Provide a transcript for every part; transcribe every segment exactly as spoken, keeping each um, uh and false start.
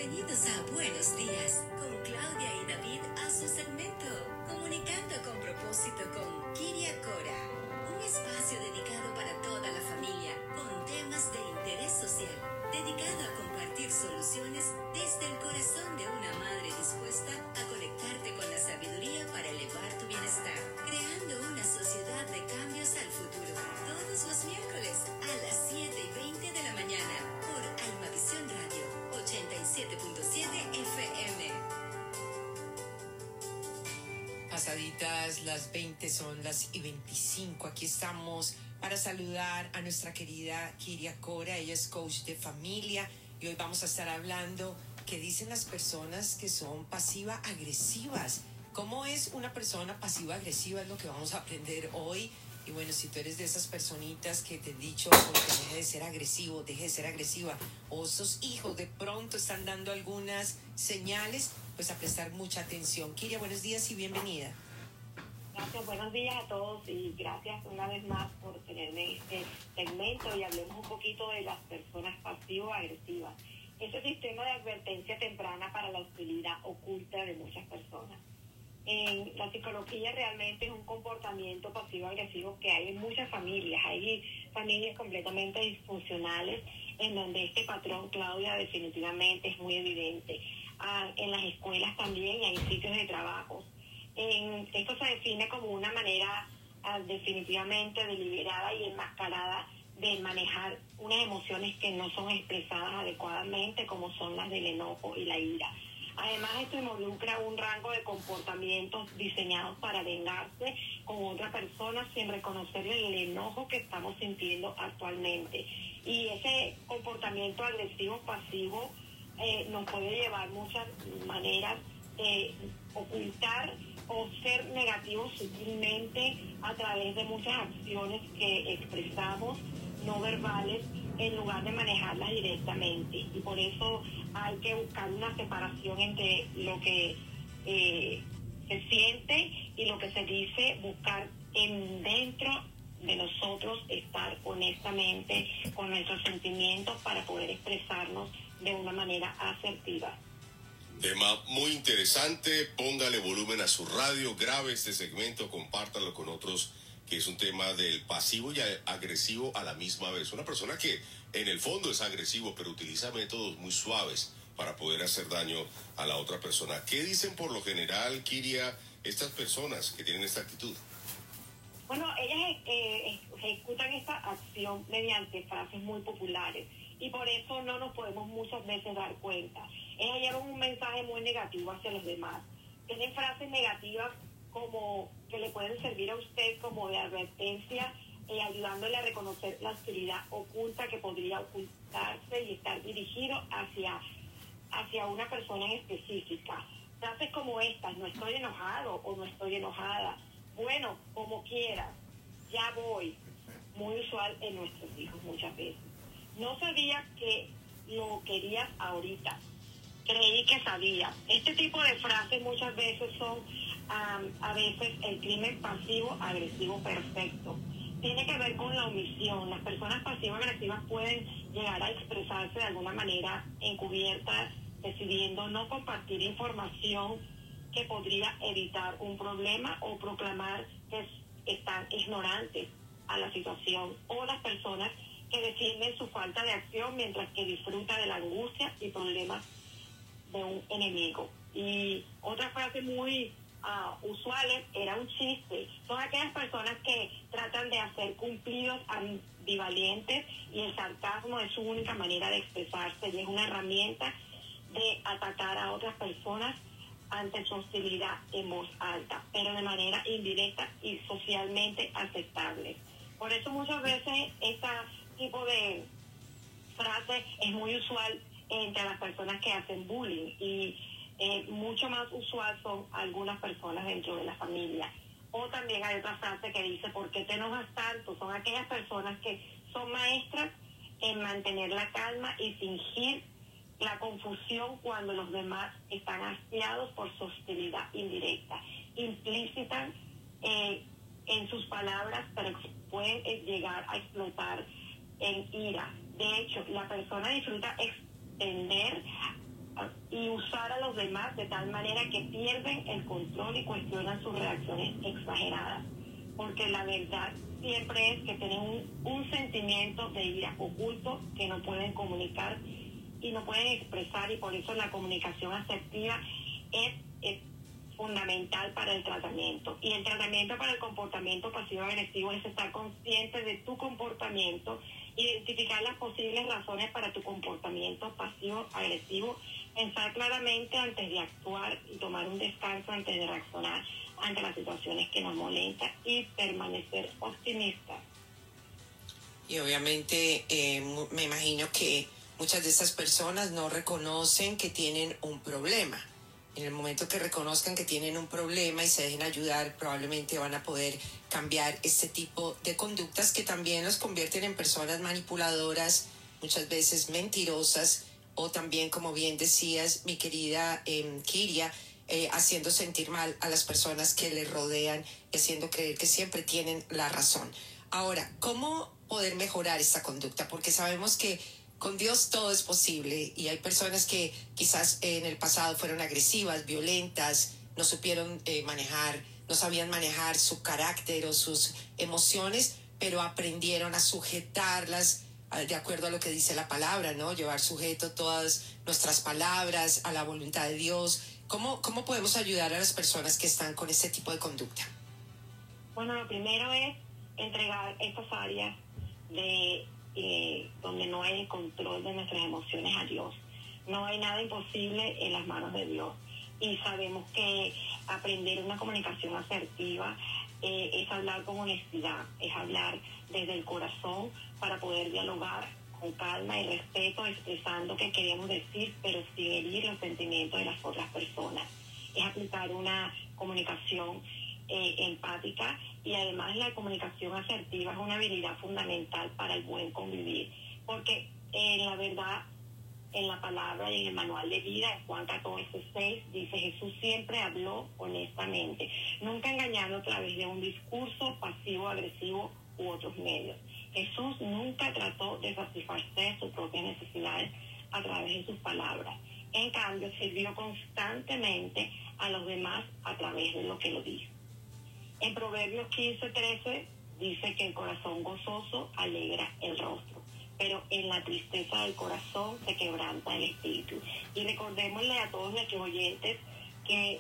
Bienvenidos a Buenos Días con Claudia y David a su segmento Comunicando con propósito con Kiria Cora, un espacio dedicado para toda la familia con temas de interés social, dedicado a compartir soluciones desde el corazón de una madre dispuesta a conectarte con la sabiduría para elevar tu bienestar, creando una sociedad de cambios al futuro. Todos los miércoles a las siete y veinte de la mañana por Almavisión Radio ochenta y siete punto siete F M. Pasaditas las veinte, son las y veinticinco. Aquí estamos para saludar a nuestra querida Kiria Cora. Ella es coach de familia y hoy vamos a estar hablando qué dicen las personas que son pasiva-agresivas. ¿Cómo es una persona pasiva-agresiva? Es lo que vamos a aprender hoy. Y bueno, si tú eres de esas personitas que te he dicho, porque deje de ser agresivo, deje de ser agresiva, o esos hijos de pronto están dando algunas señales, pues a prestar mucha atención. Kiria, buenos días y bienvenida. Gracias, buenos días a todos y gracias una vez más por tenerme en este segmento y hablemos un poquito de las personas pasivo-agresivas. Ese sistema de advertencia temprana para la hostilidad oculta de muchas personas. En la psicología realmente es un comportamiento pasivo-agresivo que hay en muchas familias. Hay familias completamente disfuncionales en donde este patrón, Claudia, definitivamente es muy evidente. Ah, en las escuelas también, hay sitios de trabajo. En, esto se define como una manera ah, definitivamente deliberada y enmascarada de manejar unas emociones que no son expresadas adecuadamente, como son las del enojo y la ira. Además, esto involucra un rango de comportamientos diseñados para vengarse con otra persona sin reconocer el enojo que estamos sintiendo actualmente. Y ese comportamiento agresivo pasivo eh, nos puede llevar muchas maneras de ocultar o ser negativos sutilmente a través de muchas acciones que expresamos no verbales en lugar de manejarlas directamente. Y por eso hay que buscar una separación entre lo que eh, se siente y lo que se dice, buscar en dentro de nosotros estar honestamente con nuestros sentimientos para poder expresarnos de una manera asertiva. Tema muy interesante, póngale volumen a su radio, grabe este segmento, compártalo con otros, que es un tema del pasivo y agresivo a la misma vez. Una persona que en el fondo es agresivo, pero utiliza métodos muy suaves para poder hacer daño a la otra persona. ¿Qué dicen por lo general, Kiria, estas personas que tienen esta actitud? Bueno, ellas eh, ejecutan esta acción mediante frases muy populares y por eso no nos podemos muchas veces dar cuenta. Ellas llevan un mensaje muy negativo hacia los demás. Tienen frases negativas como que le pueden servir a usted como de advertencia, eh, ayudándole a reconocer la hostilidad oculta que podría ocultarse y estar dirigido hacia, hacia una persona en específica. Frases como estas: no estoy enojado o no estoy enojada, bueno, como quieras, ya voy, muy usual en nuestros hijos muchas veces. No sabía que lo querías ahorita, creí que sabía. Este tipo de frases muchas veces son um, a veces el crimen pasivo-agresivo perfecto. Tiene que ver con la omisión. Las personas pasivo-agresivas pueden llegar a expresarse de alguna manera encubierta, decidiendo no compartir información que podría evitar un problema o proclamar que están ignorantes a la situación, o las personas que defienden su falta de acción mientras que disfruta de la angustia y problemas de un enemigo. Y otra frase muy uh, usual era un chiste. Son aquellas personas que tratan de hacer cumplidos ambivalentes y el sarcasmo es su única manera de expresarse y es una herramienta de atacar a otras personas ante su hostilidad en voz alta, pero de manera indirecta y socialmente aceptable. Por eso muchas veces este tipo de frase es muy usual entre las personas que hacen bullying y eh, mucho más usual son algunas personas dentro de la familia. O también hay otra frase que dice: ¿por qué te enojas tanto? Son aquellas personas que son maestras en mantener la calma y fingir la confusión cuando los demás están hastiados por su hostilidad indirecta, implícita eh, en sus palabras, pero pueden eh, llegar a explotar en ira. De hecho, la persona disfruta extender usar a los demás de tal manera que pierden el control y cuestionan sus reacciones exageradas. Porque la verdad siempre es que tienen un, un sentimiento de ira oculto que no pueden comunicar y no pueden expresar, y por eso la comunicación asertiva es, es fundamental para el tratamiento. Y el tratamiento para el comportamiento pasivo-agresivo es estar consciente de tu comportamiento, identificar las posibles razones para tu comportamiento pasivo-agresivo, pensar claramente antes de actuar y tomar un descanso antes de reaccionar ante las situaciones que nos molestan y permanecer optimistas. Y obviamente eh, me imagino que muchas de estas personas no reconocen que tienen un problema. En el momento que reconozcan que tienen un problema y se dejen ayudar, probablemente van a poder cambiar este tipo de conductas que también los convierten en personas manipuladoras, muchas veces mentirosas, o también, como bien decías, mi querida eh, Kiria, eh, haciendo sentir mal a las personas que les rodean y haciendo creer que siempre tienen la razón. Ahora, ¿cómo poder mejorar esta conducta? Porque sabemos que con Dios todo es posible, y hay personas que quizás en el pasado fueron agresivas, violentas, no supieron eh, manejar, no sabían manejar su carácter o sus emociones, pero aprendieron a sujetarlas de acuerdo a lo que dice la palabra, ¿no? Llevar sujeto todas nuestras palabras a la voluntad de Dios. ¿Cómo, cómo podemos ayudar a las personas que están con este tipo de conducta? Bueno, lo primero es entregar estas áreas de eh, donde no hay el control de nuestras emociones a Dios. No hay nada imposible en las manos de Dios. Y sabemos que aprender una comunicación asertiva eh, es hablar con honestidad, es hablar desde el corazón para poder dialogar con calma y respeto, expresando que queremos decir, pero sin herir los sentimientos de las otras personas. Es aplicar una comunicación eh, empática, y además la comunicación asertiva es una habilidad fundamental para el buen convivir, porque en la verdad, en la palabra y en el manual de vida, en Juan catorce seis, dice: Jesús siempre habló honestamente, nunca engañando a través de un discurso pasivo-agresivo u otros medios. Jesús nunca trató de satisfacer sus propias necesidades a través de sus palabras. En cambio, sirvió constantemente a los demás a través de lo que lo dijo. En Proverbios quince trece dice que el corazón gozoso alegra el rostro, pero en la tristeza del corazón se quebranta el espíritu. Y recordémosle a todos nuestros oyentes que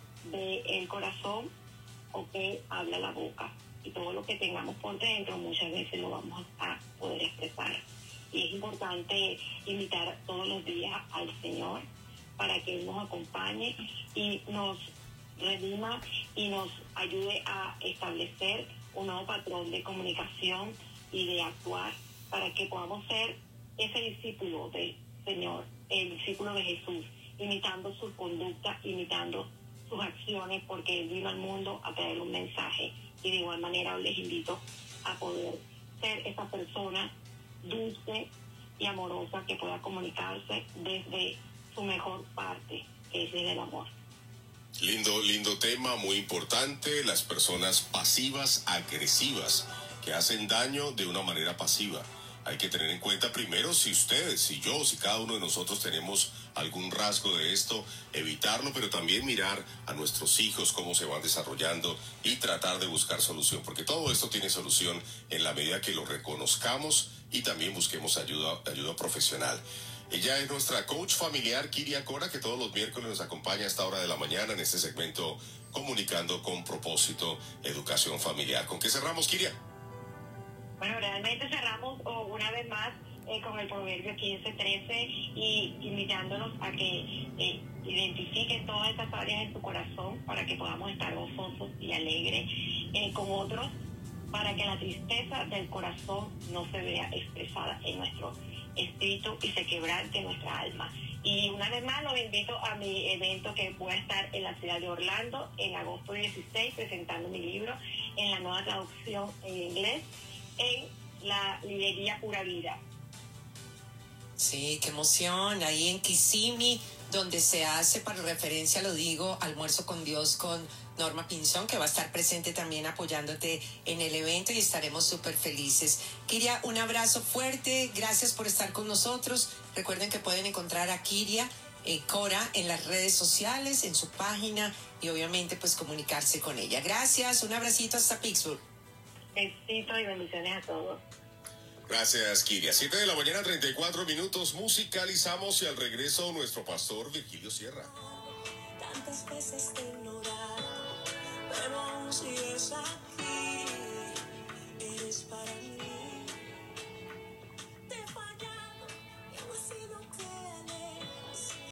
del corazón o que habla la boca, y todo lo que tengamos por dentro muchas veces lo vamos a poder expresar. Y es importante invitar todos los días al Señor para que Él nos acompañe y nos redima y nos ayude a establecer un nuevo patrón de comunicación y de actuar, para que podamos ser ese discípulo del Señor, el discípulo de Jesús, imitando su conducta, imitando sus acciones, porque Él vino al mundo a traer un mensaje. Y de igual manera les invito a poder ser esa persona dulce y amorosa que pueda comunicarse desde su mejor parte, que es desde el amor. Lindo, lindo tema, muy importante, las personas pasivas, agresivas, que hacen daño de una manera pasiva. Hay que tener en cuenta primero si ustedes, si yo, si cada uno de nosotros tenemos algún rasgo de esto, evitarlo, pero también mirar a nuestros hijos cómo se van desarrollando y tratar de buscar solución, porque todo esto tiene solución en la medida que lo reconozcamos y también busquemos ayuda, ayuda profesional. Ella es nuestra coach familiar, Kiria Cora, que todos los miércoles nos acompaña a esta hora de la mañana en este segmento Comunicando con Propósito, Educación Familiar. ¿Con qué cerramos, Kiria? Bueno, realmente cerramos oh, una vez más eh, con el Proverbio quince trece, y invitándonos a que eh, identifiquen todas estas áreas en su corazón para que podamos estar gozosos y alegres eh, con otros, para que la tristeza del corazón no se vea expresada en nuestro espíritu y se quebrante nuestra alma. Y una vez más los invito a mi evento que voy a estar en la ciudad de Orlando en agosto dieciséis, presentando mi libro en la nueva traducción en inglés en la librería Pura Vida. Sí, qué emoción, ahí en Kissimmee, donde se hace, para referencia lo digo, Almuerzo con Dios con Norma Pinzón, que va a estar presente también apoyándote en el evento, y estaremos súper felices. Kiria, un abrazo fuerte, gracias por estar con nosotros. Recuerden que pueden encontrar a Kiria eh, Cora en las redes sociales, en su página y obviamente pues comunicarse con ella. Gracias, un abracito hasta Pittsburgh. Besitos y bendiciones a todos. Gracias, Kiria. siete de la mañana, treinta y cuatro minutos. Musicalizamos y al regreso nuestro pastor Virgilio Sierra. Tantas veces te ignoraron, pero aún sigues aquí.